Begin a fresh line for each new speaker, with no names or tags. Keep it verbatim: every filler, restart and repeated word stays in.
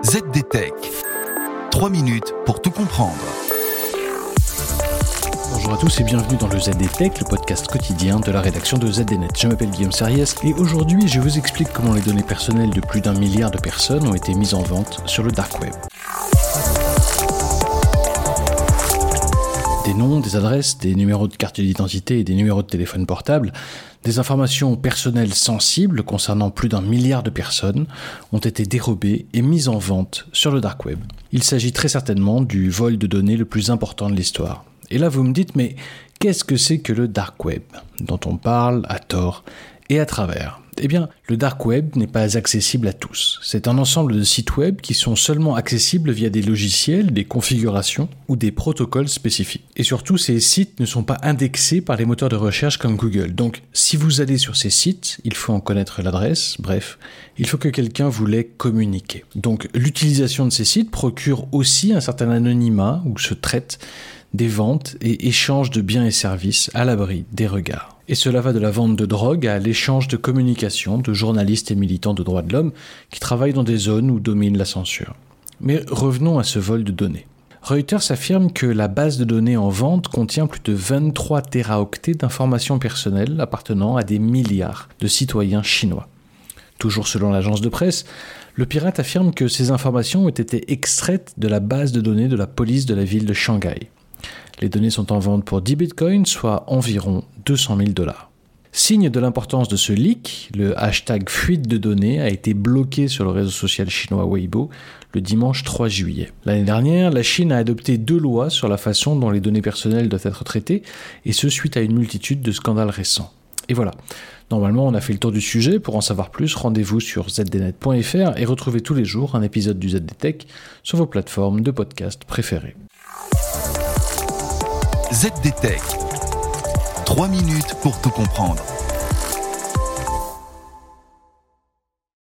Z D Tech. trois minutes pour tout comprendre.
Bonjour à tous et bienvenue dans le Z D Tech, le podcast quotidien de la rédaction de Z D Net. Je m'appelle Guillaume Sariès et aujourd'hui je vous explique comment les données personnelles de plus d'un milliard de personnes ont été mises en vente sur le dark web. Des noms, des adresses, des numéros de carte d'identité et des numéros de téléphone portable, des informations personnelles sensibles concernant plus d'un milliard de personnes ont été dérobées et mises en vente sur le dark web. Il s'agit très certainement du vol de données le plus important de l'histoire. Et là vous me dites, mais qu'est-ce que c'est que le dark web, dont on parle à tort et à travers ? Eh bien, le dark web n'est pas accessible à tous. C'est un ensemble de sites web qui sont seulement accessibles via des logiciels, des configurations ou des protocoles spécifiques. Et surtout, ces sites ne sont pas indexés par les moteurs de recherche comme Google. Donc, si vous allez sur ces sites, il faut en connaître l'adresse, bref, il faut que quelqu'un vous l'ait communiqué. Donc, l'utilisation de ces sites procure aussi un certain anonymat où se traitent des ventes et échanges de biens et services à l'abri des regards. Et cela va de la vente de drogue à l'échange de communication de journalistes et militants de droits de l'homme qui travaillent dans des zones où domine la censure. Mais revenons à ce vol de données. Reuters affirme que la base de données en vente contient plus de vingt-trois téraoctets d'informations personnelles appartenant à des milliards de citoyens chinois. Toujours selon l'agence de presse, le pirate affirme que ces informations ont été extraites de la base de données de la police de la ville de Shanghai. Les données sont en vente pour dix bitcoins, soit environ deux cent mille dollars. Signe de l'importance de ce leak, le hashtag fuite de données a été bloqué sur le réseau social chinois Weibo le dimanche trois juillet. L'année dernière, la Chine a adopté deux lois sur la façon dont les données personnelles doivent être traitées, et ce suite à une multitude de scandales récents. Et voilà, normalement on a fait le tour du sujet. Pour en savoir plus, rendez-vous sur z d net point f r et retrouvez tous les jours un épisode du Z D Tech sur vos plateformes de podcast préférées.
Z D Tech. trois minutes pour tout comprendre.